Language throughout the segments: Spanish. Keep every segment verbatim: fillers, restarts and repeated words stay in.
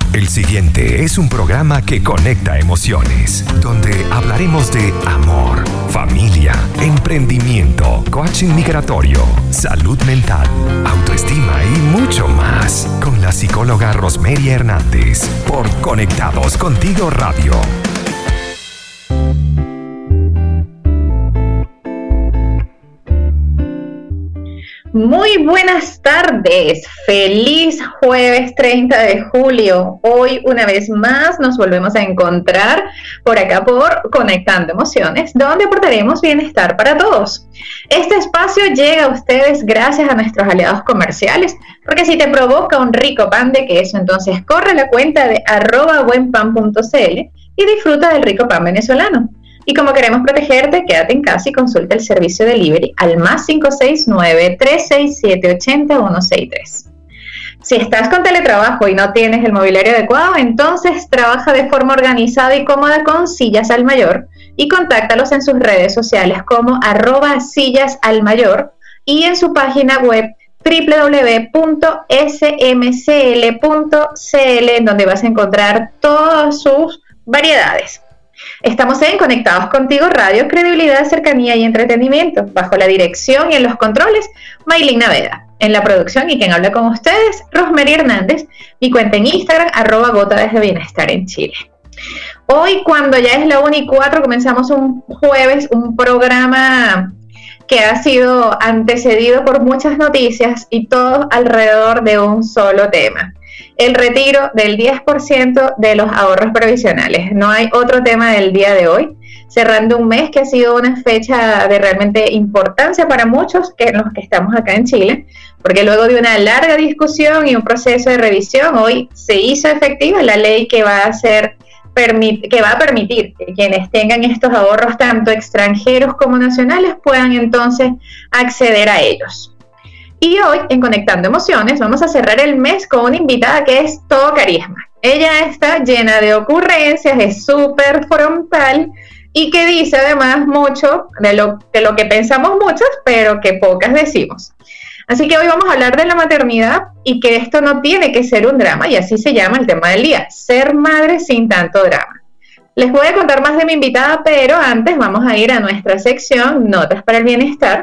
El siguiente es un programa que conecta emociones, donde hablaremos de amor, familia, emprendimiento, coaching migratorio, salud mental, autoestima y mucho más, con la psicóloga Rosemary Hernández, por Conectados Contigo Radio. Muy buenas tardes, feliz jueves treinta de julio. Hoy una vez más nos volvemos a encontrar por acá por Conectando Emociones, donde aportaremos bienestar para todos. Este espacio llega a ustedes gracias a nuestros aliados comerciales, porque si te provoca un rico pan de queso, entonces corre la cuenta de arroba buenpan punto cl y disfruta del rico pan venezolano. Y como queremos protegerte, quédate en casa y consulta el servicio delivery al más cinco seis nueve, tres seis siete, ocho cero uno seis tres. Si estás con teletrabajo y no tienes el mobiliario adecuado, entonces trabaja de forma organizada y cómoda con Sillas al Mayor y contáctalos en sus redes sociales como arroba sillas al mayor y en su página web doble u doble u doble u punto s m c l punto c l, en donde vas a encontrar todas sus variedades. Estamos en Conectados Contigo Radio, credibilidad, cercanía y entretenimiento, bajo la dirección y en los controles, Maylin Naveda. En la producción y quien habla con ustedes, Rosemary Hernández, mi cuenta en Instagram, arroba gota desde bienestar en Chile. Hoy, cuando ya es la una y cuatro, comenzamos un jueves, un programa que ha sido antecedido por muchas noticias y todo alrededor de un solo tema. El retiro del diez por ciento de los ahorros previsionales. No hay otro tema del día de hoy, cerrando un mes que ha sido una fecha de realmente importancia para muchos, que los que estamos acá en Chile, porque luego de una larga discusión y un proceso de revisión, hoy se hizo efectiva la ley que va a hacer, que va a permitir que quienes tengan estos ahorros, tanto extranjeros como nacionales, puedan entonces acceder a ellos. Y hoy, en Conectando Emociones, vamos a cerrar el mes con una invitada que es todo carisma. Ella está llena de ocurrencias, es súper frontal y que dice además mucho de lo, de lo que pensamos muchos, pero que pocas decimos. Así que hoy vamos a hablar de la maternidad y que esto no tiene que ser un drama, y así se llama el tema del día, ser madre sin tanto drama. Les voy a contar más de mi invitada, pero antes vamos a ir a nuestra sección Notas para el Bienestar,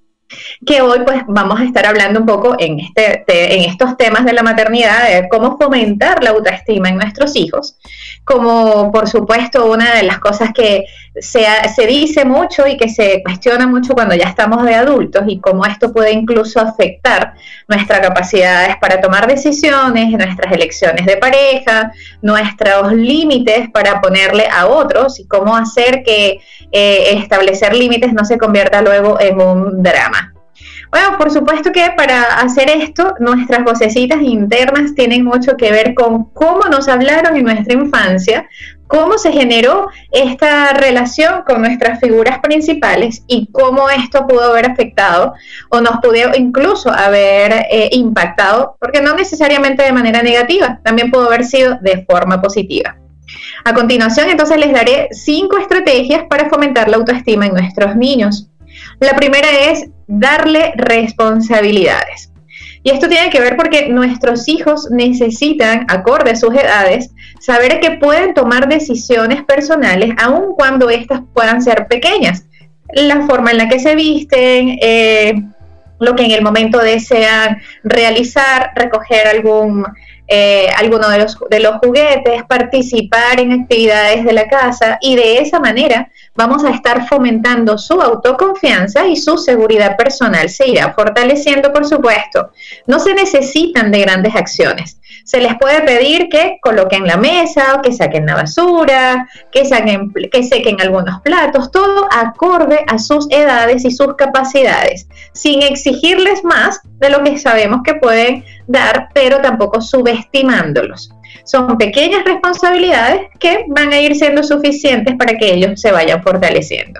que hoy pues vamos a estar hablando un poco en, este, te, en estos temas de la maternidad, de cómo fomentar la autoestima en nuestros hijos, como por supuesto una de las cosas que se, se dice mucho y que se cuestiona mucho cuando ya estamos de adultos, y cómo esto puede incluso afectar nuestras capacidades para tomar decisiones, nuestras elecciones de pareja, nuestros límites para ponerle a otros, y cómo hacer que eh, establecer límites no se convierta luego en un drama. Bueno, por supuesto que para hacer esto, nuestras vocecitas internas tienen mucho que ver con cómo nos hablaron en nuestra infancia, cómo se generó esta relación con nuestras figuras principales y cómo esto pudo haber afectado o nos pudo incluso haber eh, impactado, porque no necesariamente de manera negativa, también pudo haber sido de forma positiva. A continuación, entonces, les daré cinco estrategias para fomentar la autoestima en nuestros niños. La primera es darle responsabilidades. Y esto tiene que ver porque nuestros hijos necesitan, acorde a sus edades, saber que pueden tomar decisiones personales aun cuando éstas puedan ser pequeñas. La forma en la que se visten, eh, lo que en el momento desean realizar, recoger algún... Eh, alguno de los, de los juguetes, participar en actividades de la casa, y de esa manera vamos a estar fomentando su autoconfianza y su seguridad personal se irá fortaleciendo, por supuesto. No se necesitan de grandes acciones. Se les puede pedir que coloquen la mesa, que saquen la basura, que, saquen, que sequen algunos platos, todo acorde a sus edades y sus capacidades, sin exigirles más de lo que sabemos que pueden dar, pero tampoco subestimándolos. Son pequeñas responsabilidades que van a ir siendo suficientes para que ellos se vayan fortaleciendo.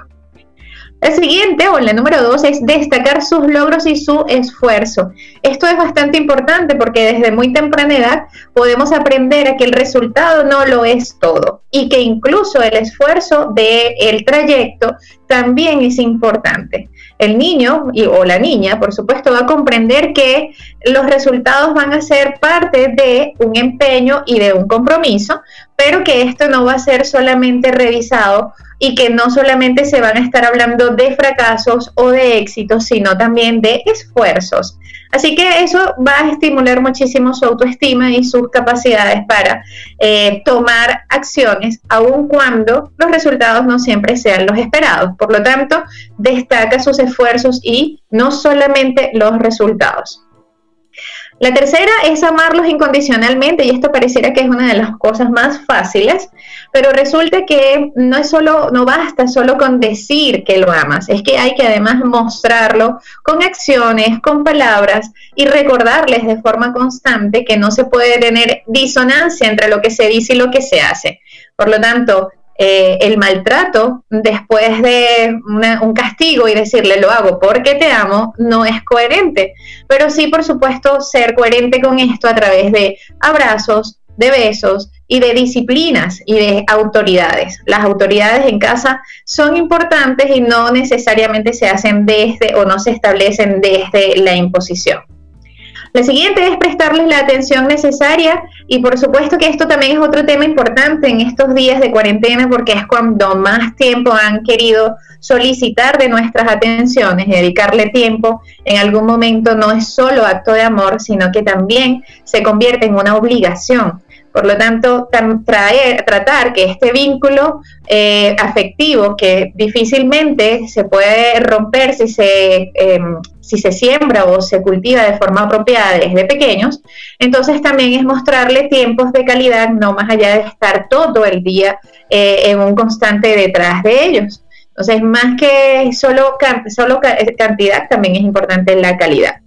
El siguiente, o la número dos, es destacar sus logros y su esfuerzo. Esto es bastante importante porque desde muy temprana edad podemos aprender a que el resultado no lo es todo y que incluso el esfuerzo del trayecto también es importante. el niño y, o la niña, por supuesto, va a comprender que los resultados van a ser parte de un empeño y de un compromiso, pero que esto no va a ser solamente revisado y que no solamente se van a estar hablando de fracasos o de éxitos, sino también de esfuerzos. Así que eso va a estimular muchísimo su autoestima y sus capacidades para eh, tomar acciones, aun cuando los resultados no siempre sean los esperados. Por lo tanto, destaca sus esfuerzos y no solamente los resultados. La tercera es amarlos incondicionalmente, y esto pareciera que es una de las cosas más fáciles, pero resulta que no es solo, no basta solo con decir que lo amas, es que hay que además mostrarlo con acciones, con palabras, y recordarles de forma constante que no se puede tener disonancia entre lo que se dice y lo que se hace. Por lo tanto, Eh, el maltrato después de una, un castigo y decirle lo hago porque te amo no es coherente, pero sí, por supuesto, ser coherente con esto a través de abrazos, de besos y de disciplinas y de autoridades. Las autoridades en casa son importantes y no necesariamente se hacen desde o no se establecen desde la imposición. La siguiente es prestarles la atención necesaria, y por supuesto que esto también es otro tema importante en estos días de cuarentena, porque es cuando más tiempo han querido solicitar de nuestras atenciones. Dedicarle tiempo en algún momento no es solo acto de amor, sino que también se convierte en una obligación. Por lo tanto, traer, tratar que este vínculo eh, afectivo, que difícilmente se puede romper si se, eh, si se siembra o se cultiva de forma apropiada desde pequeños, entonces también es mostrarle tiempos de calidad, no más allá de estar todo el día eh, en un constante detrás de ellos. Entonces, más que solo, solo cantidad, también es importante la calidad.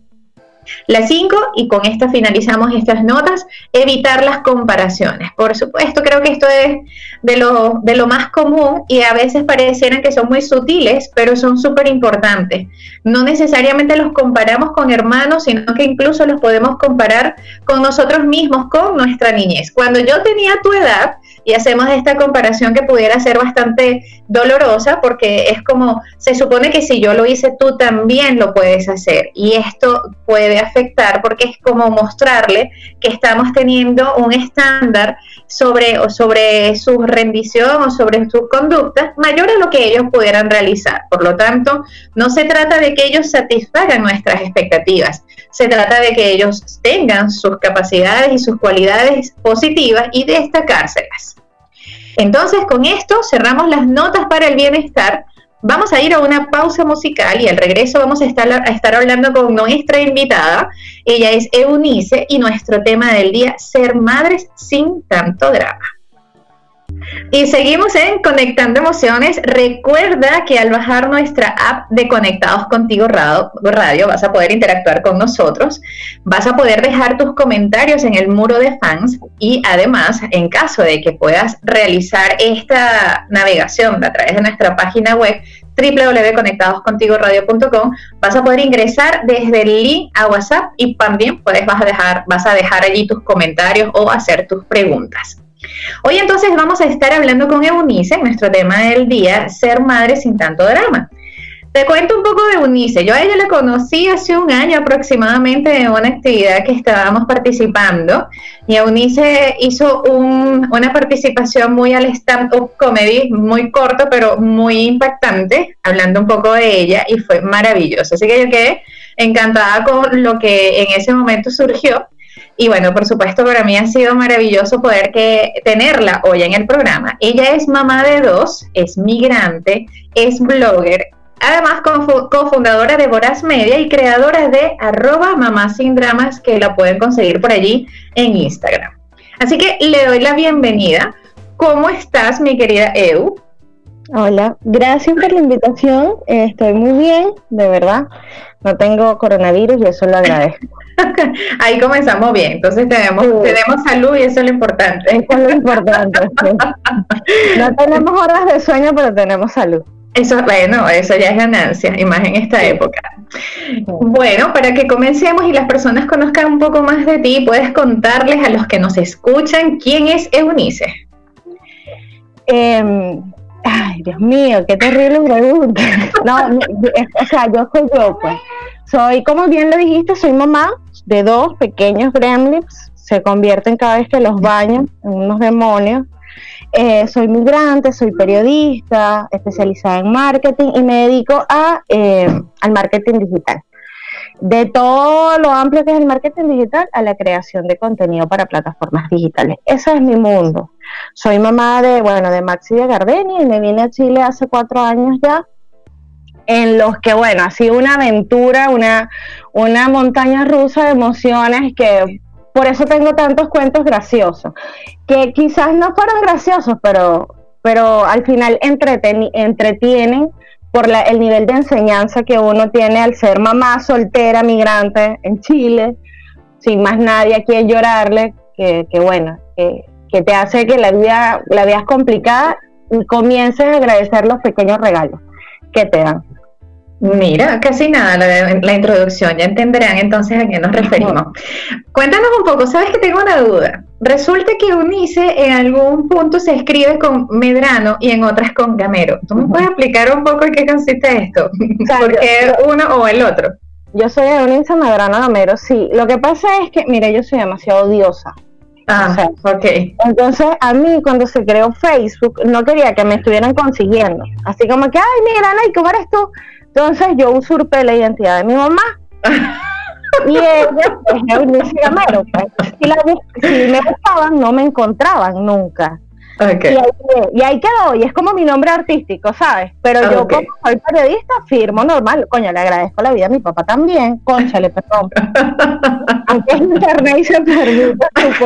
La cinco, y con esta finalizamos estas notas, evitar las comparaciones. Por supuesto, creo que esto es de lo, de lo más común y a veces parecieran que son muy sutiles, pero son súper importantes. No necesariamente los comparamos con hermanos, sino que incluso los podemos comparar con nosotros mismos, con nuestra niñez. Cuando yo tenía tu edad, y hacemos esta comparación que pudiera ser bastante dolorosa, porque es como, se supone que si yo lo hice, tú también lo puedes hacer, y esto puede afectar porque es como mostrarle que estamos teniendo un estándar sobre, o sobre su rendición o sobre sus conductas mayor a lo que ellos pudieran realizar. Por lo tanto, no se trata de que ellos satisfagan nuestras expectativas, se trata de que ellos tengan sus capacidades y sus cualidades positivas y destacárselas. Entonces, con esto cerramos las notas para el bienestar. Vamos a ir a una pausa musical y al regreso vamos a estar, a estar hablando con nuestra invitada. Ella es Eunice y nuestro tema del día, ser madres sin tanto drama. Y seguimos en Conectando Emociones. Recuerda que al bajar nuestra app de Conectados Contigo Radio vas a poder interactuar con nosotros, vas a poder dejar tus comentarios en el muro de fans, y además, en caso de que puedas realizar esta navegación a través de nuestra página web doble u doble u doble u punto conectados contigo radio punto com, vas a poder ingresar desde el link a WhatsApp y también puedes, vas a dejar, vas a dejar allí tus comentarios o hacer tus preguntas. Hoy entonces vamos a estar hablando con Eunice, nuestro tema del día, ser madre sin tanto drama. Te cuento un poco de Eunice. Yo a ella la conocí hace un año aproximadamente en una actividad que estábamos participando, y Eunice hizo un, una participación muy al stand-up comedy, muy corto pero muy impactante, hablando un poco de ella, y fue maravilloso. Así que yo quedé encantada con lo que en ese momento surgió. Y bueno, por supuesto, para mí ha sido maravilloso poder que, tenerla hoy en el programa. Ella es mamá de dos, es migrante, es blogger, además cofundadora de Voraz Media y creadora de arroba mamá sin dramas, que la pueden conseguir por allí en Instagram. Así que le doy la bienvenida. ¿Cómo estás, mi querida Eu? Hola, gracias por la invitación. Eh, estoy muy bien, de verdad. No tengo coronavirus y eso lo agradezco. Ahí comenzamos bien, entonces tenemos, sí. tenemos salud y eso es lo importante. Eso es lo importante, sí. No tenemos horas de sueño, pero tenemos salud. Eso, bueno, eso ya es ganancia, y más en esta época. Sí. Bueno, para que comencemos y las personas conozcan un poco más de ti, ¿puedes contarles a los que nos escuchan quién es Eunice? Eh, Ay, Dios mío, qué terrible pregunta. No, no, o sea, yo soy yo, pues. Soy, como bien lo dijiste, soy mamá de dos pequeños gremlins. Se convierten cada vez que los baño en unos demonios. Eh, soy migrante, soy periodista, especializada en marketing y me dedico a, eh, al marketing digital. De todo lo amplio que es el marketing digital a la creación de contenido para plataformas digitales. Ese es mi mundo. Soy mamá de, bueno, de Maxi y de Gardenia y me vine a Chile hace cuatro años ya, en los que, bueno, ha sido una aventura, una, una montaña rusa de emociones que por eso tengo tantos cuentos graciosos, que quizás no fueron graciosos, pero, pero al final entreten, entretienen por la, el nivel de enseñanza que uno tiene al ser mamá soltera, migrante en Chile, sin más nadie a quien llorarle, que, que bueno, que, que te hace que la vida, la vida es complicada y comiences a agradecer los pequeños regalos que te dan. Mira, casi nada la, la introducción, ya entenderán entonces a qué nos referimos. Cuéntanos un poco, sabes que tengo una duda. Resulta que Eunice en algún punto se escribe con Medrano y en otras con Gamero. ¿Tú me puedes explicar un poco en qué consiste esto? Claro, ¿por qué yo, uno o el otro? Yo soy Eunice Medrano Gamero, sí. Lo que pasa es que, mire, yo soy demasiado odiosa. Ah, o sea, ok. Entonces, a mí cuando se creó Facebook, no quería que me estuvieran consiguiendo. Así como que, ay, mira, Ana, ¿y cómo eres tú? Entonces yo usurpé la identidad de mi mamá y ella es Eunice Gamero, pues. si, la, si me buscaban no me encontraban nunca. Okay. Y, ahí, y ahí quedó, y es como mi nombre artístico, ¿sabes? Pero okay. yo como soy periodista firmo normal, coño, le agradezco la vida a mi papá también, cónchale, perdón. Aunque es internet y se permite,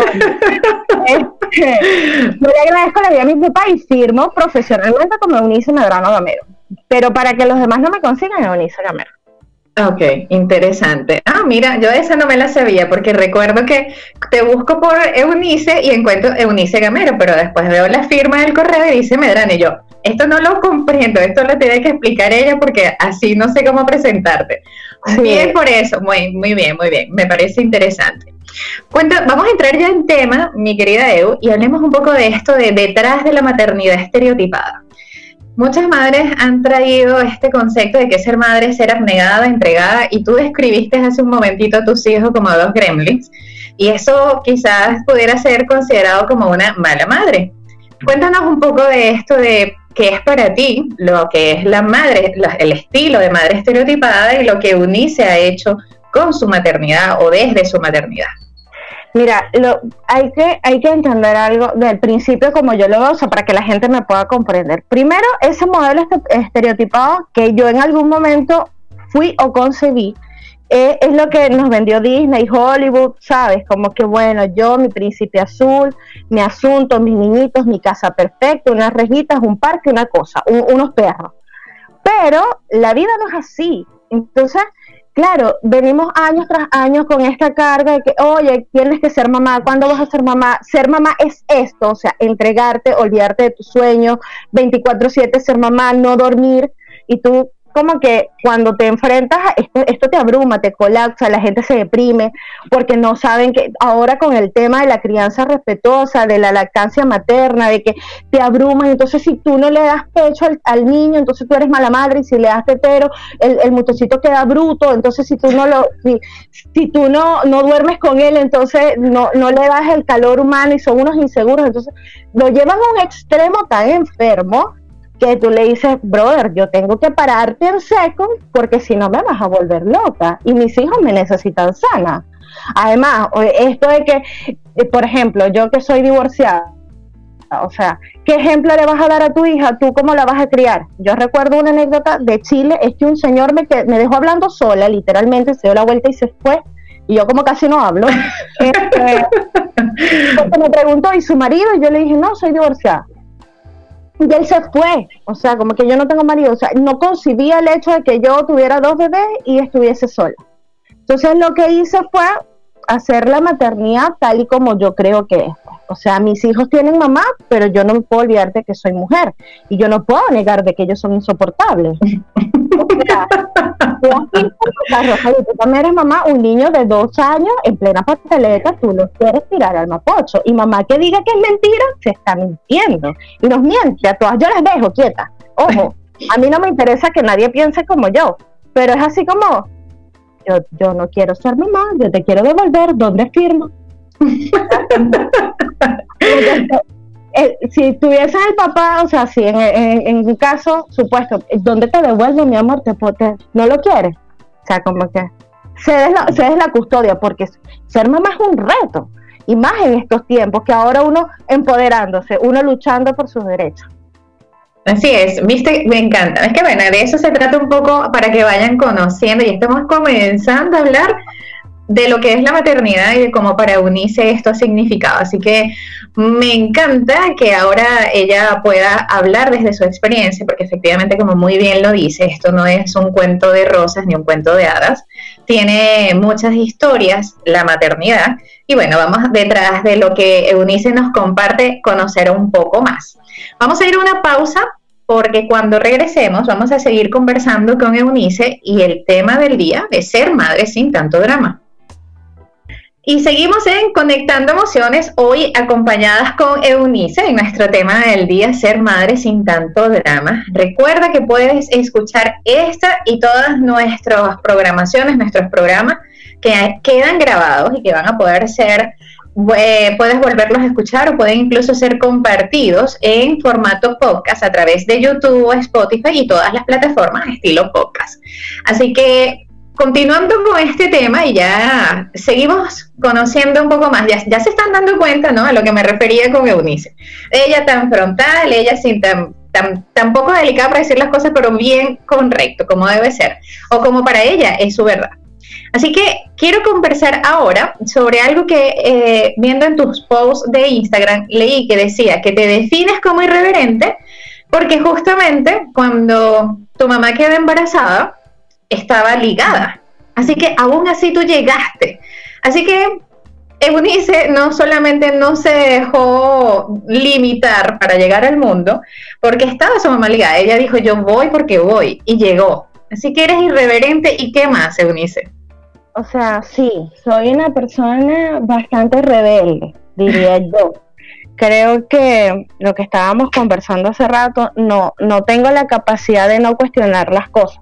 este, yo le agradezco la vida a mi papá y firmo profesionalmente como Eunice Medrano Gamero. Pero para que los demás no me consigan, Eunice Gamero. Ok, interesante. Ah, mira, yo esa no me la sabía porque recuerdo que te busco por Eunice y encuentro Eunice Gamero, pero después veo la firma del correo y dice Medrano y yo, esto no lo comprendo, esto lo tiene que explicar ella porque así no sé cómo presentarte. Sí. Bien por eso, muy, muy bien, muy bien, me parece interesante. Cuenta, vamos a entrar ya en tema, mi querida Eu, y hablemos un poco de esto de detrás de la maternidad estereotipada. Muchas madres han traído este concepto de que ser madre es ser abnegada, entregada, y tú describiste hace un momentito a tus hijos como dos gremlins, y eso quizás pudiera ser considerado como una mala madre. Cuéntanos un poco de esto de qué es para ti lo que es la madre, el estilo de madre estereotipada y lo que Eunice ha hecho con su maternidad o desde su maternidad. Mira, lo, hay que hay que entender algo del principio como yo lo veo, o sea, para que la gente me pueda comprender. Primero, ese modelo estereotipado que yo en algún momento fui o concebí, eh, es lo que nos vendió Disney, Hollywood, ¿sabes? Como que bueno, yo, mi príncipe azul, mi asunto, mis niñitos, mi casa perfecta, unas rejitas, un parque, una cosa, un, unos perros. Pero la vida no es así. Entonces, claro, venimos años tras años con esta carga de que, oye, tienes que ser mamá, ¿cuándo vas a ser mamá? Ser mamá es esto, o sea, entregarte, olvidarte de tus sueños, veinticuatro siete ser mamá, no dormir, y tú como que cuando te enfrentas a esto, esto te abruma, te colapsa, la gente se deprime, porque no saben que ahora con el tema de la crianza respetuosa, de la lactancia materna, de que te abruma, y entonces si tú no le das pecho al, al niño, entonces tú eres mala madre, y si le das tetero, el, el muchachito queda bruto, entonces si tú no lo, si, si tú no, no duermes con él, entonces no, no le das el calor humano, y son unos inseguros, entonces lo llevan a un extremo tan enfermo, que tú le dices, brother, yo tengo que pararte en seco porque si no me vas a volver loca y mis hijos me necesitan sana. Además, esto de que, por ejemplo, yo que soy divorciada, o sea, ¿qué ejemplo le vas a dar a tu hija? ¿Tú cómo la vas a criar? Yo recuerdo una anécdota de Chile, es que un señor me, me dejó hablando sola, literalmente, se dio la vuelta y se fue, y yo como casi no hablo. este, porque me preguntó, ¿y su marido? Y yo le dije, no, soy divorciada. Y él se fue, o sea, como que yo no tengo marido, o sea, no concibía el hecho de que yo tuviera dos bebés y estuviese sola. Entonces lo que hice fue hacer la maternidad tal y como yo creo que es. O sea, mis hijos tienen mamá, pero yo no me puedo olvidar de que soy mujer y yo no puedo negar de que ellos son insoportables. O sea, Tú también eres mamá, un niño de dos años en plena pasteleta, tú lo quieres tirar al mapocho. Y mamá que diga que es mentira, se está mintiendo. Y nos miente a todas. Yo las dejo quietas. Ojo, a mí no me interesa que nadie piense como yo, pero es así como, yo, yo no quiero ser mamá, yo te quiero devolver, ¿dónde firmo? Eh, si tuviese el papá, o sea, si en, en, en un caso supuesto, ¿dónde te devuelvo, mi amor? ¿Te, te, ¿No lo quieres? O sea, como que cedes la, cedes la custodia, porque ser mamá es un reto, y más en estos tiempos, que ahora uno empoderándose, uno luchando por sus derechos. Así es, viste, me encanta. Es que bueno, de eso se trata un poco para que vayan conociendo, y estamos comenzando a hablar de lo que es la maternidad y de cómo para Eunice esto ha significado. Así que me encanta que ahora ella pueda hablar desde su experiencia, porque efectivamente, como muy bien lo dice, esto no es un cuento de rosas ni un cuento de hadas, tiene muchas historias la maternidad, y bueno, vamos detrás de lo que Eunice nos comparte, conocer un poco más. Vamos a ir a una pausa, porque cuando regresemos vamos a seguir conversando con Eunice, y el tema del día es ser madre sin tanto drama. Y seguimos en Conectando Emociones, hoy acompañadas con Eunice en nuestro tema del día, ser madre sin tanto drama. Recuerda que puedes escuchar esta y todas nuestras programaciones, nuestros programas que quedan grabados y que van a poder ser, eh, puedes volverlos a escuchar o pueden incluso ser compartidos en formato podcast a través de YouTube, Spotify y todas las plataformas estilo podcast. Así que continuando con este tema, y ya seguimos conociendo un poco más, ya, ya se están dando cuenta, ¿no?, a lo que me refería con Eunice. Ella tan frontal, ella sin tan, tan, tan poco delicada para decir las cosas, pero bien correcto, como debe ser, o como para ella es su verdad. Así que quiero conversar ahora sobre algo que eh, viendo en tus posts de Instagram leí que decía que te defines como irreverente porque justamente cuando tu mamá queda embarazada estaba ligada, así que aún así tú llegaste. Así que Eunice no solamente no se dejó limitar para llegar al mundo porque estaba su mamá ligada, ella dijo yo voy porque voy, y llegó. Así que eres irreverente. ¿Y qué más, Eunice? O sea, sí, soy una persona bastante rebelde, diría yo. Creo que lo que estábamos conversando hace rato, no, no tengo la capacidad de no cuestionar las cosas.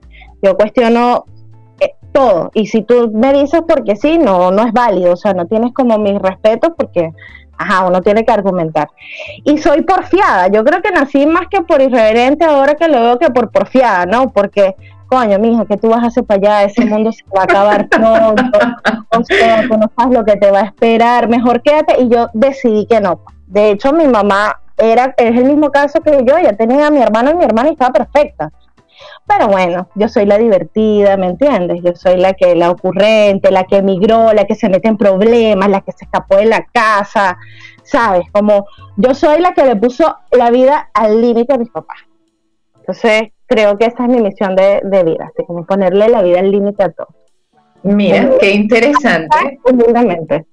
Yo cuestiono eh, todo, y si tú me dices porque sí, no, no es válido, o sea, no tienes como mis respetos porque, ajá, uno tiene que argumentar. Y soy porfiada, yo creo que nací más que por irreverente ahora que lo veo que por porfiada, ¿no? Porque, coño, mija, ¿qué tú vas a hacer para allá? Ese mundo se va a acabar pronto, o sea, tú no sabes lo que te va a esperar, mejor quédate, y yo decidí que no. De hecho, mi mamá era, es el mismo caso que yo, ella tenía a mi hermano y mi hermana y estaba perfecta. Pero bueno, yo soy la divertida, ¿me entiendes? Yo soy la que, la ocurrente, la que emigró, la que se mete en problemas, la que se escapó de la casa, ¿sabes? Como yo soy la que le puso la vida al límite a mis papás. Entonces, creo que esa es mi misión de, de vida, así como ponerle la vida al límite a todos. Mira, qué interesante. Humildemente.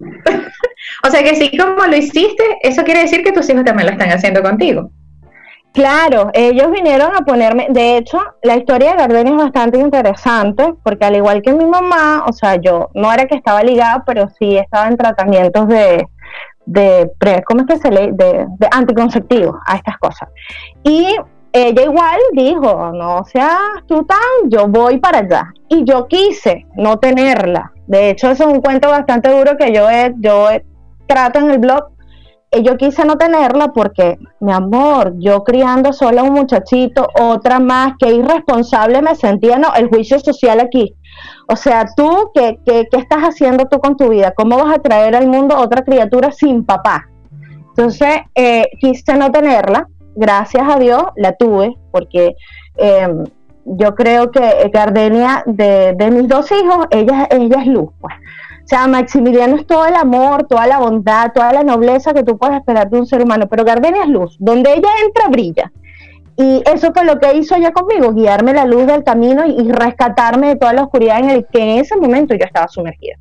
O sea que sí, como lo hiciste, eso quiere decir que tus hijos también lo están haciendo contigo. Claro, ellos vinieron a ponerme, de hecho, la historia de Gardenia es bastante interesante, porque al igual que mi mamá, o sea, yo no era que estaba ligada, pero sí estaba en tratamientos de, de ¿cómo es que se lee? De, de anticonceptivos, a estas cosas. Y ella igual dijo, no seas tú tan, yo voy para allá. Y yo quise no tenerla. De hecho, eso es un cuento bastante duro que yo, he, yo he, trato en el blog. Yo quise no tenerla porque, mi amor, yo criando sola a un muchachito, otra más, que irresponsable me sentía, no, el juicio social aquí. O sea, tú, ¿qué, qué, qué estás haciendo tú con tu vida? ¿Cómo vas a traer al mundo otra criatura sin papá? Entonces, eh, quise no tenerla, gracias a Dios la tuve, porque eh, yo creo que Gardenia, de, de mis dos hijos, ella, ella es luz, pues. O sea, Maximiliano es todo el amor, toda la bondad, toda la nobleza que tú puedes esperar de un ser humano, pero Gardenia es luz, donde ella entra brilla. Y eso fue lo que hizo ella conmigo, guiarme la luz del camino y, y rescatarme de toda la oscuridad en el que en ese momento yo estaba sumergida.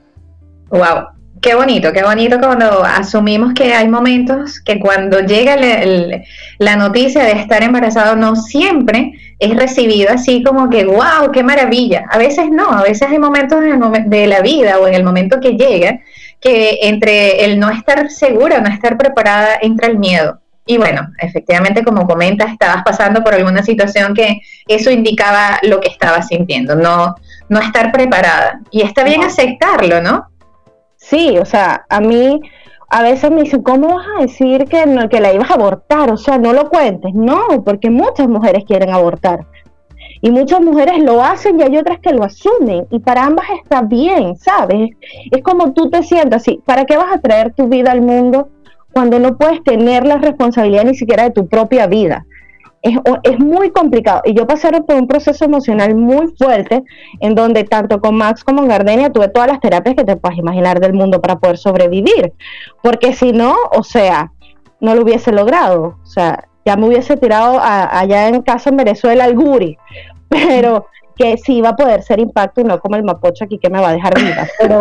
Wow, qué bonito, qué bonito cuando asumimos que hay momentos que cuando llega el, el, la noticia de estar embarazado no siempre es recibido así como que, wow, qué maravilla. A veces no, a veces hay momentos en el momen- de la vida o en el momento que llega que entre el no estar segura, no estar preparada, entra el miedo. Y bueno, efectivamente, como comentas, estabas pasando por alguna situación que eso indicaba lo que estabas sintiendo, no, no estar preparada. Y está bien No. aceptarlo, ¿no? Sí, o sea, a mí a veces me dicen, ¿cómo vas a decir que, no, que la ibas a abortar? O sea, no lo cuentes. No, porque muchas mujeres quieren abortar. Y muchas mujeres lo hacen y hay otras que lo asumen. Y para ambas está bien, ¿sabes? Es como tú te sientas así. ¿Para qué vas a traer tu vida al mundo cuando no puedes tener la responsabilidad ni siquiera de tu propia vida? Es, es muy complicado. Y yo pasé por un proceso emocional muy fuerte, en donde tanto con Max como en Gardenia tuve todas las terapias que te puedas imaginar del mundo para poder sobrevivir. Porque si no, o sea, no lo hubiese logrado. O sea, ya me hubiese tirado a, allá en casa en Venezuela al guri. Pero que sí iba a poder ser impacto y no como el mapocho aquí que me va a dejar viva. Pero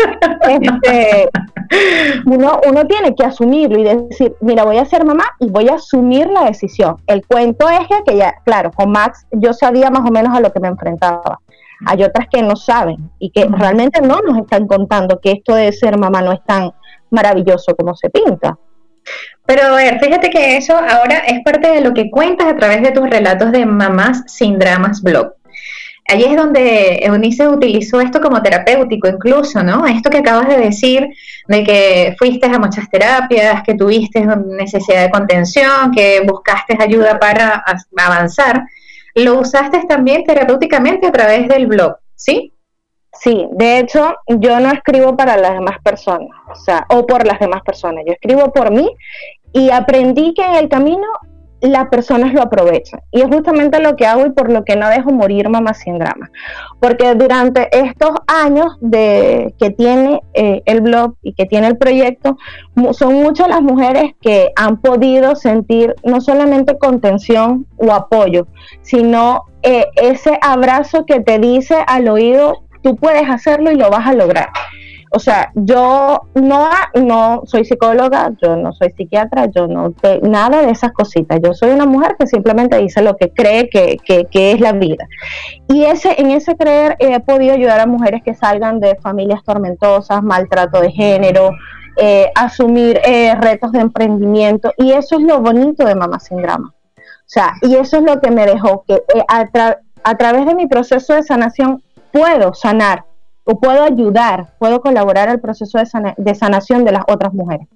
este, uno, uno tiene que asumirlo y decir, mira, voy a ser mamá y voy a asumir la decisión. El cuento es que, que ya, claro, con Max yo sabía más o menos a lo que me enfrentaba. Hay otras que no saben y que realmente no nos están contando que esto de ser mamá no es tan maravilloso como se pinta. Pero a ver, fíjate que eso ahora es parte de lo que cuentas a través de tus relatos de Mamás Sin Dramas blog. Allí es donde Eunice utilizó esto como terapéutico incluso, ¿no? Esto que acabas de decir, de que fuiste a muchas terapias, que tuviste necesidad de contención, que buscaste ayuda para avanzar, lo usaste también terapéuticamente a través del blog, ¿sí? Sí, de hecho, yo no escribo para las demás personas, o sea, o por las demás personas, yo escribo por mí y aprendí que en el camino las personas lo aprovechan. Y es justamente lo que hago y por lo que no dejo morir Mamás Sin Dramas. Porque durante estos años de, que tiene eh, el blog y que tiene el proyecto, son muchas las mujeres que han podido sentir no solamente contención o apoyo, sino eh, ese abrazo que te dice al oído, tú puedes hacerlo y lo vas a lograr. O sea, yo no, no soy psicóloga, yo no soy psiquiatra, yo no te, nada de esas cositas. Yo soy una mujer que simplemente dice lo que cree que, que, que es la vida. Y ese, en ese creer he podido ayudar a mujeres que salgan de familias tormentosas, maltrato de género, eh, asumir eh, retos de emprendimiento. Y eso es lo bonito de Mamás Sin Drama. O sea, y eso es lo que me dejó que eh, a, tra- a través de mi proceso de sanación puedo sanar o puedo ayudar, puedo colaborar al proceso de, sana- de sanación de las otras mujeres.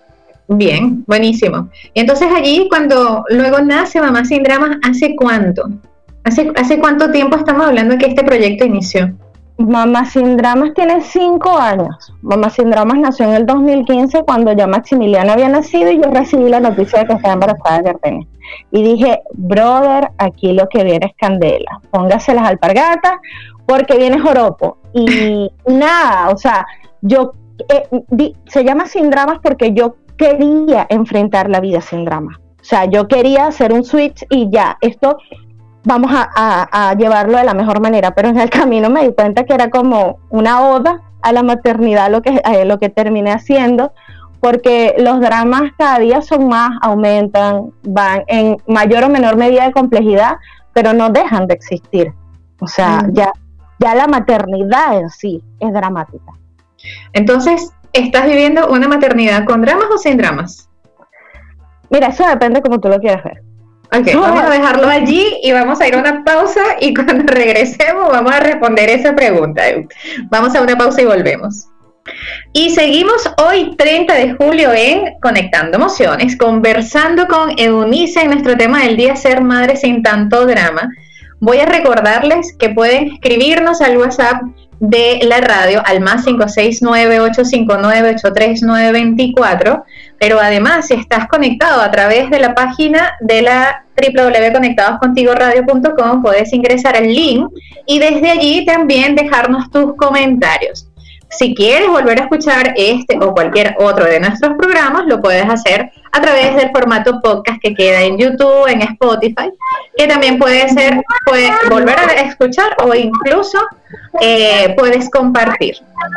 Bien, buenísimo. Y entonces allí, cuando luego nace Mamás Sin Dramas, ¿hace cuánto? ¿Hace, ¿Hace cuánto tiempo estamos hablando que este proyecto inició? Mamás Sin Dramas tiene cinco años. Mamás Sin Dramas nació en el dos mil quince cuando ya Maximiliano había nacido y yo recibí la noticia de que estaba embarazada de Gardenia. Y dije, brother, aquí lo que viene es candela. Póngase las alpargatas porque viene joropo. Y nada, o sea, yo eh, di, se llama Sin Dramas porque yo quería enfrentar la vida sin drama. O sea, yo quería hacer un switch y ya, esto vamos a, a, a llevarlo de la mejor manera, pero en el camino me di cuenta que era como una oda a la maternidad lo que, eh, lo que terminé haciendo, porque los dramas cada día son más, aumentan, van en mayor o menor medida de complejidad, pero no dejan de existir. O sea, mm. ya, ya la maternidad en sí es dramática. Entonces, ¿estás viviendo una maternidad con dramas o sin dramas? Mira, eso depende como tú lo quieras ver. Ok, vamos a dejarlo allí y vamos a ir a una pausa y cuando regresemos vamos a responder esa pregunta. Vamos a una pausa y volvemos. Y seguimos hoy treinta de julio en Conectando Emociones, conversando con Eunice en nuestro tema del día, ser madre sin tanto drama. Voy a recordarles que pueden escribirnos al WhatsApp de la radio al más cinco seis nueve, ocho cinco nueve, ocho tres nueve dos cuatro, pero además si estás conectado a través de la página de la doble u doble u doble u punto conectados contigo radio punto com puedes ingresar al link y desde allí también dejarnos tus comentarios. Si quieres volver a escuchar este o cualquier otro de nuestros programas, lo puedes hacer a través del formato podcast que queda en YouTube, en Spotify, que también puede ser, puede volver a escuchar o incluso eh, puedes compartir.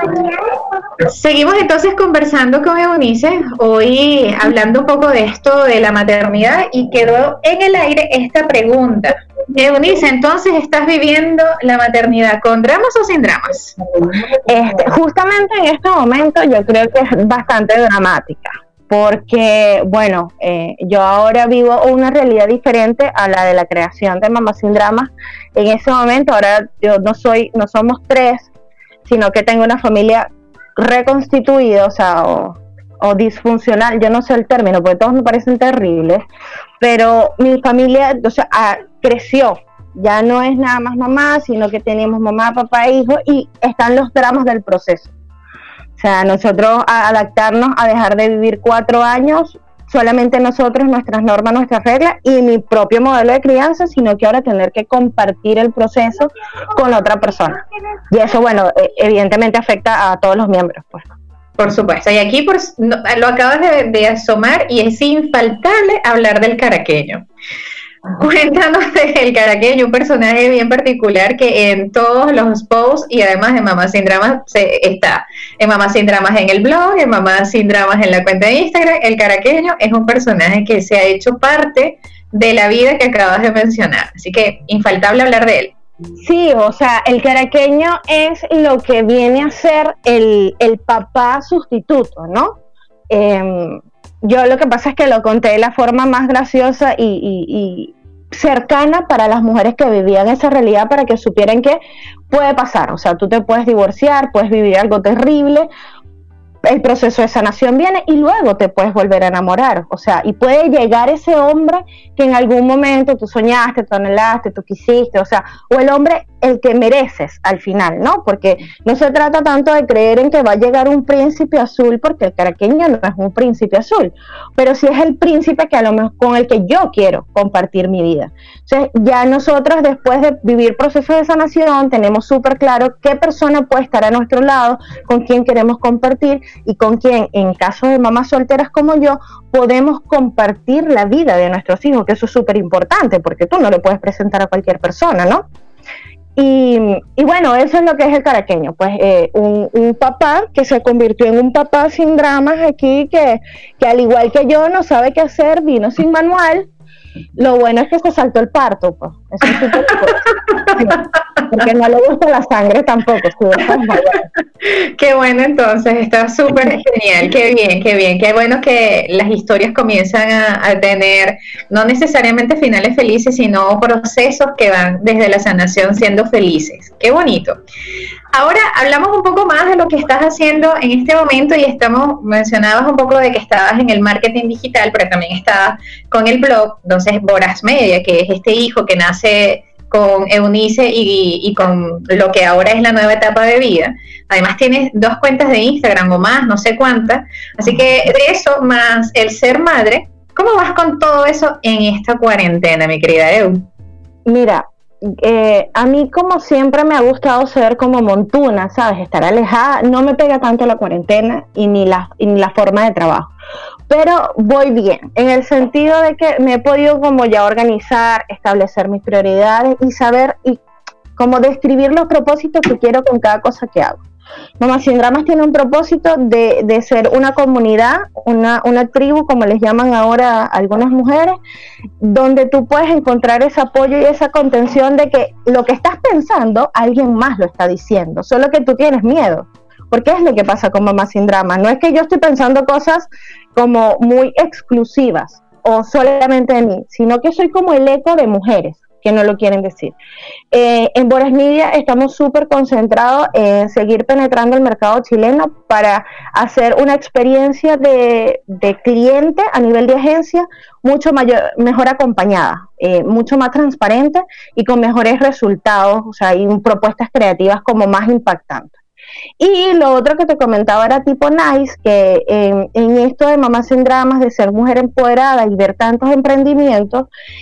Seguimos entonces conversando con Eunice, hoy hablando un poco de esto de la maternidad, y quedó en el aire esta pregunta. Eunice, entonces, ¿estás viviendo la maternidad con dramas o sin dramas? Este, justamente en este momento yo creo que es bastante dramática, porque, bueno, eh, yo ahora vivo una realidad diferente a la de la creación de Mamá Sin Dramas. En ese momento, ahora yo no soy, no somos tres, sino que tengo una familia reconstituida, o sea, o, o disfuncional, yo no sé el término, porque todos me parecen terribles, pero mi familia, o sea, a, creció, ya no es nada más mamá, sino que tenemos mamá, papá, hijo, y están los dramas del proceso. O sea, nosotros a adaptarnos a dejar de vivir cuatro años, solamente nosotros, nuestras normas, nuestras reglas y mi propio modelo de crianza, sino que ahora tener que compartir el proceso con la otra persona. Y eso, bueno, evidentemente afecta a todos los miembros, pues. Por supuesto, y aquí por, no, lo acabas de, de asomar, y es infaltable hablar del caraqueño. Cuéntanos del caraqueño, un personaje bien particular que en todos los posts y además en Mamá Sin Dramas se, está en Mamá Sin Dramas en el blog, en Mamá Sin Dramas en la cuenta de Instagram. El caraqueño es un personaje que se ha hecho parte de la vida que acabas de mencionar, así que infaltable hablar de él. Sí, o sea, el caraqueño es lo que viene a ser el, el papá sustituto, ¿no? Eh, yo lo que pasa es que lo conté de la forma más graciosa y, y, y cercana para las mujeres que vivían esa realidad, para que supieran que puede pasar. O sea, tú te puedes divorciar, puedes vivir algo terrible, el proceso de sanación viene y luego te puedes volver a enamorar. O sea, y puede llegar ese hombre que en algún momento tú soñaste, tú anhelaste, tú quisiste, o sea, o el hombre el que mereces al final, ¿no? Porque no se trata tanto de creer en que va a llegar un príncipe azul, porque el caraqueño no es un príncipe azul, pero sí es el príncipe que a lo mejor con el que yo quiero compartir mi vida. Entonces, ya nosotros, después de vivir procesos de sanación, tenemos súper claro qué persona puede estar a nuestro lado, con quién queremos compartir y con quién, en caso de mamás solteras como yo, podemos compartir la vida de nuestros hijos, que eso es súper importante, porque tú no le puedes presentar a cualquier persona, ¿no? Y, y bueno, eso es lo que es el caraqueño, pues eh, un, un papá que se convirtió en un papá sin dramas aquí, que, que al igual que yo no sabe qué hacer, vino sin manual. Lo bueno es que se saltó el parto, pues. Eso es súper importante, porque no le gusta la sangre tampoco. Qué bueno, entonces, está súper genial, qué bien, qué bien, qué bueno que las historias comienzan a, a tener no necesariamente finales felices, sino procesos que van desde la sanación siendo felices. Qué bonito. Ahora hablamos un poco más de lo que estás haciendo en este momento, y estamos, mencionabas un poco de que estabas en el marketing digital, pero también estabas con el blog, entonces Voraz Media, que es este hijo que nace con Eunice y, y con lo que ahora es la nueva etapa de vida. Además tienes dos cuentas de Instagram o más, no sé cuántas, así que de eso más el ser madre, ¿cómo vas con todo eso en esta cuarentena, mi querida Eu? Mira, Eh, a mí como siempre me ha gustado ser como montuna, ¿sabes? Estar alejada, no me pega tanto la cuarentena y ni la, y ni la forma de trabajo, pero voy bien, en el sentido de que me he podido como ya organizar, establecer mis prioridades y saber y como describir los propósitos que quiero con cada cosa que hago. Mamá Sin Dramas tiene un propósito de, de ser una comunidad, una, una tribu, como les llaman ahora a algunas mujeres, donde tú puedes encontrar ese apoyo y esa contención de que lo que estás pensando, alguien más lo está diciendo, solo que tú tienes miedo. Porque es lo que pasa con Mamá Sin Dramas. No es que yo estoy pensando cosas como muy exclusivas o solamente de mí, sino que soy como el eco de mujeres que no lo quieren decir. Eh, en Voraz Media estamos súper concentrados en seguir penetrando el mercado chileno para hacer una experiencia de, de cliente a nivel de agencia mucho mayor, mejor acompañada, eh, mucho más transparente y con mejores resultados, o sea, y propuestas creativas como más impactantes. Y lo otro que te comentaba era tipo Nice, que eh, en esto de Mamá Sin Dramas, de ser mujer empoderada y ver tantos emprendimientos,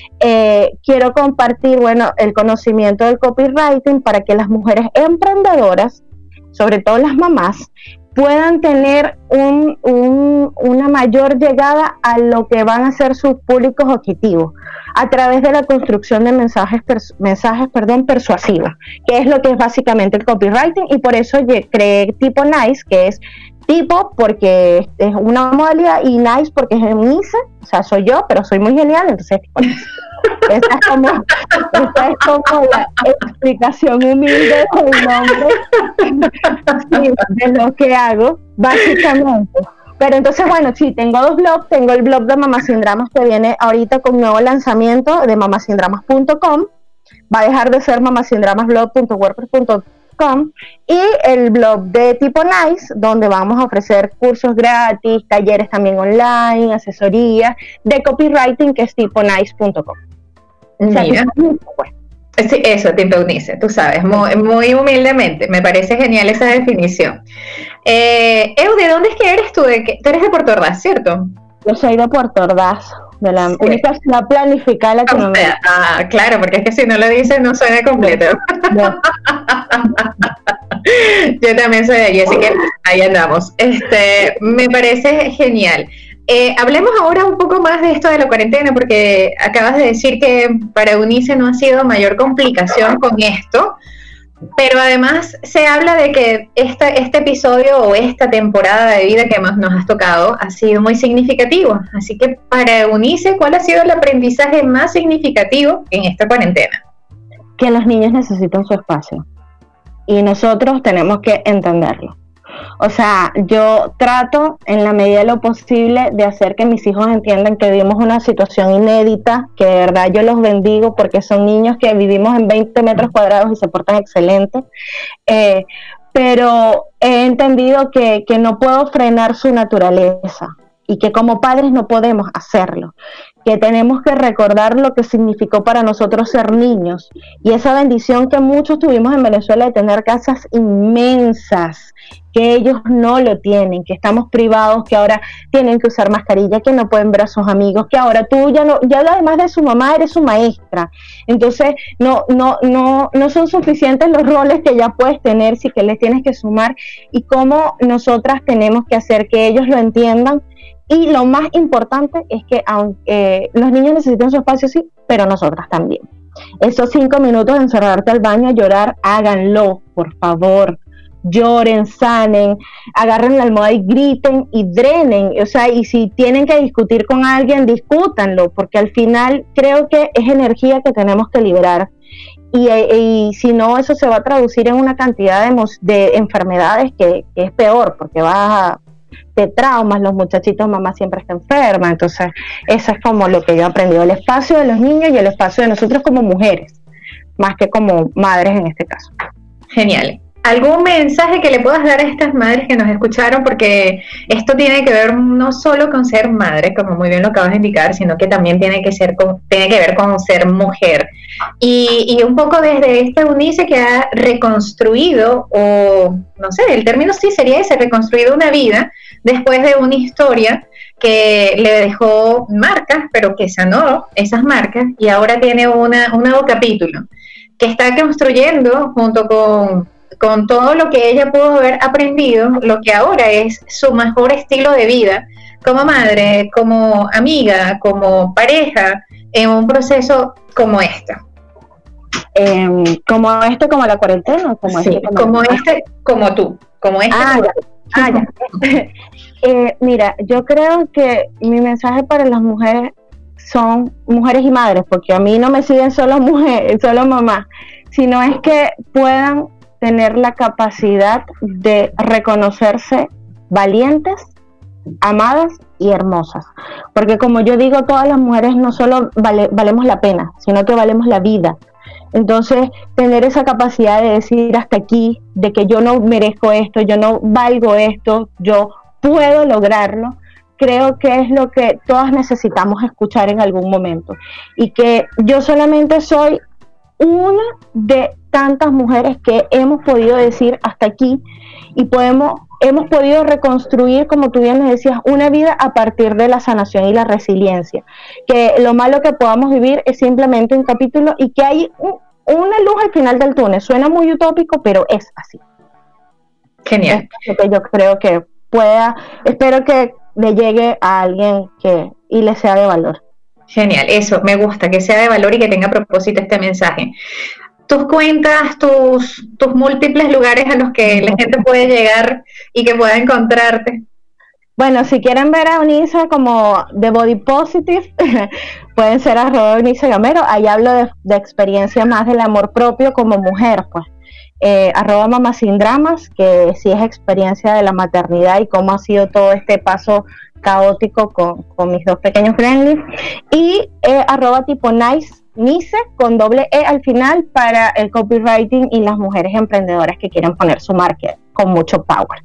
eh, quiero compartir, bueno, el conocimiento del copywriting para que las mujeres emprendedoras, sobre todo las mamás, puedan tener un, un, una mayor llegada a lo que van a ser sus públicos objetivos a través de la construcción de mensajes, pers- mensajes perdón, persuasivos, que es lo que es básicamente el copywriting, y por eso yo creé Tipo Nice, que es tipo porque es una modalidad y nice porque es Nice, o sea, soy yo, pero soy muy genial, entonces tipo nice. Esa es como, esa es como la explicación humilde del nombre sí, de lo que hago, básicamente. Pero entonces, bueno, sí, tengo dos blogs. Tengo el blog de Mamá Sin Dramas, que viene ahorita con nuevo lanzamiento de mamá sin dramas punto com. Va a dejar de ser mamá sin dramas blog punto wordpress punto com. Y el blog de Tipo Nice, donde vamos a ofrecer cursos gratis, talleres también online, asesoría de copywriting, que es tipo nice punto com. O sea, Mira. Sí, eso, Tipo Nice, tú sabes, muy, muy humildemente. Me parece genial esa definición. Eh, Eu, ¿de dónde es que eres tú? ¿De qué? Tú eres de Puerto Ordaz, ¿cierto? Yo soy de Puerto Ordaz, de la Sí. única ciudad planificada O sea, Latinoamérica. ah, claro, porque es que si no lo dices no suena completo. No. Yo también soy de allí, así que ahí andamos. Este, me parece genial. Eh, hablemos ahora un poco más de esto de la cuarentena, porque acabas de decir que para Eunice no ha sido mayor complicación con esto, pero además se habla de que esta, este episodio o esta temporada de vida que más nos has tocado ha sido muy significativo. Así que para Eunice, ¿cuál ha sido el aprendizaje más significativo en esta cuarentena? Que los niños necesitan su espacio y nosotros tenemos que entenderlo. O sea, yo trato en la medida de lo posible de hacer que mis hijos entiendan que vivimos una situación inédita, que de verdad yo los bendigo porque son niños que vivimos en veinte metros cuadrados y se portan excelente, eh, pero he entendido que, que no puedo frenar su naturaleza y que como padres no podemos hacerlo, que tenemos que recordar lo que significó para nosotros ser niños y esa bendición que muchos tuvimos en Venezuela de tener casas inmensas, que ellos no lo tienen, que estamos privados, que ahora tienen que usar mascarilla, que no pueden ver a sus amigos, que ahora tú ya no, ya además de su mamá eres su maestra, entonces no, no, no, no son suficientes los roles que ya puedes tener, sí que les tienes que sumar, y cómo nosotras tenemos que hacer que ellos lo entiendan. Y lo más importante es que aunque eh, los niños necesitan su espacio, sí, pero nosotras también. Esos cinco minutos de encerrarte al baño a llorar, háganlo, por favor. Lloren, sanen, agarren la almohada y griten y drenen. O sea, y si tienen que discutir con alguien, discútanlo, porque al final creo que es energía que tenemos que liberar. Y, y si no, eso se va a traducir en una cantidad de, de enfermedades que, que es peor, porque vas a... de traumas, los muchachitos, mamá siempre está enferma, entonces eso es como lo que yo he aprendido, el espacio de los niños y el espacio de nosotros como mujeres, más que como madres en este caso. Genial. ¿Algún mensaje que le puedas dar a estas madres que nos escucharon? Porque esto tiene que ver no solo con ser madre, como muy bien lo acabas de indicar, sino que también tiene que, ser con, tiene que ver con ser mujer. Y, y un poco desde esta Eunice que ha reconstruido, o no sé, el término sí sería ese, reconstruido una vida después de una historia que le dejó marcas, pero que sanó esas marcas y ahora tiene una, un nuevo capítulo que está construyendo junto con... con todo lo que ella pudo haber aprendido, lo que ahora es su mejor estilo de vida, como madre, como amiga, como pareja, en un proceso como este. Eh, como este, como la cuarentena, como sí, este, como, como este, como tú, como este. Ah, como ya. Ah, ya. eh, mira, yo creo que mi mensaje para las mujeres son mujeres y madres, porque a mí no me siguen solo mujeres, solo mamás, sino es que puedan tener la capacidad de reconocerse valientes, amadas y hermosas, porque como yo digo, todas las mujeres no solo vale, valemos la pena, sino que valemos la vida. Entonces, tener esa capacidad de decir hasta aquí, de que yo no merezco esto, yo no valgo esto, yo puedo lograrlo, creo que es lo que todas necesitamos escuchar en algún momento, y que yo solamente soy una de tantas mujeres que hemos podido decir hasta aquí y podemos, hemos podido reconstruir, como tú bien nos decías, una vida a partir de la sanación y la resiliencia, que lo malo que podamos vivir es simplemente un capítulo y que hay un, una luz al final del túnel. Suena muy utópico, pero es así. Genial. Es que yo creo que pueda, espero que le llegue a alguien que y le sea de valor. Genial, eso, me gusta, que sea de valor y que tenga propósito este mensaje. Tus cuentas, tus, tus múltiples lugares a los que la gente puede llegar y que pueda encontrarte. Bueno, si quieren ver a Eunice como de Body Positive, pueden ser arroba Eunice Gamero. Ahí hablo de, de experiencia más del amor propio como mujer, pues. Eh, arroba Mamá Sin Dramas, que sí es experiencia de la maternidad y cómo ha sido todo este paso caótico con, con mis dos pequeños gremlins. Y eh, arroba tipo nice, Nice, con doble E al final, para el copywriting y las mujeres emprendedoras que quieren poner su marca con mucho power.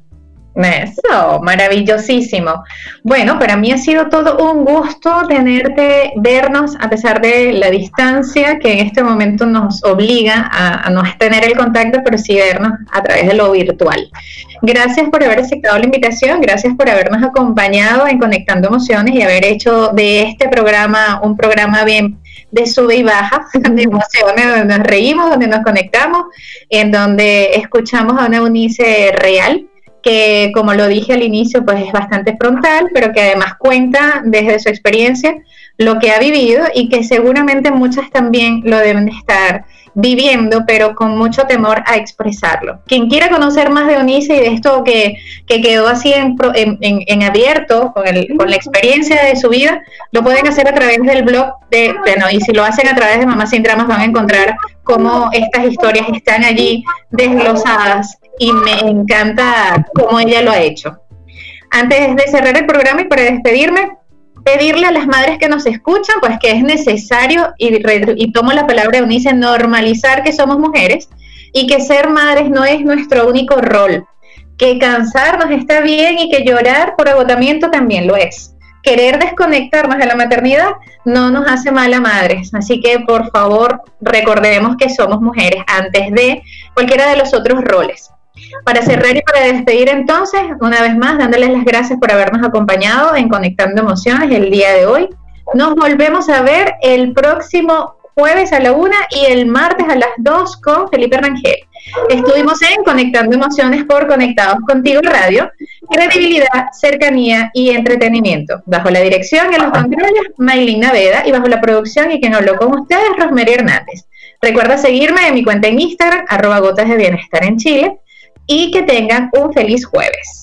Eso, maravillosísimo. Bueno, para mí ha sido todo un gusto tenerte, vernos a pesar de la distancia que en este momento nos obliga a, a no tener el contacto, pero sí vernos a través de lo virtual. Gracias por haber aceptado la invitación, gracias por habernos acompañado en Conectando Emociones y haber hecho de este programa un programa bien de sube y baja, de emociones, donde nos reímos, donde nos conectamos, en donde escuchamos a una Eunice real, que como lo dije al inicio, pues es bastante frontal, pero que además cuenta desde su experiencia lo que ha vivido y que seguramente muchas también lo deben de estar viviendo, pero con mucho temor a expresarlo. Quien quiera conocer más de Eunice y de esto que, que quedó así en, en, en abierto con, el, con la experiencia de su vida, lo pueden hacer a través del blog de, bueno, y si lo hacen a través de Mamá Sin Dramas van a encontrar cómo estas historias están allí desglosadas y me encanta cómo ella lo ha hecho. Antes de cerrar el programa y para despedirme, pedirle a las madres que nos escuchan, pues que es necesario, y, y tomo la palabra de Eunice, normalizar que somos mujeres y que ser madres no es nuestro único rol, que cansarnos está bien y que llorar por agotamiento también lo es. Querer desconectarnos de la maternidad no nos hace mal a madres, así que por favor recordemos que somos mujeres antes de cualquiera de los otros roles. Para cerrar y para despedir entonces, una vez más, dándoles las gracias por habernos acompañado en Conectando Emociones el día de hoy. Nos volvemos a ver el próximo jueves a la una y el martes a las dos con Felipe Rangel. Estuvimos en Conectando Emociones por Conectados Contigo Radio, credibilidad, cercanía y entretenimiento. Bajo la dirección y los controles, Maylin Naveda, y bajo la producción y quien habló con ustedes, Rosemary Hernández. Recuerda seguirme en mi cuenta en Instagram, arroba gotas de bienestar en Chile, y que tengan un feliz jueves.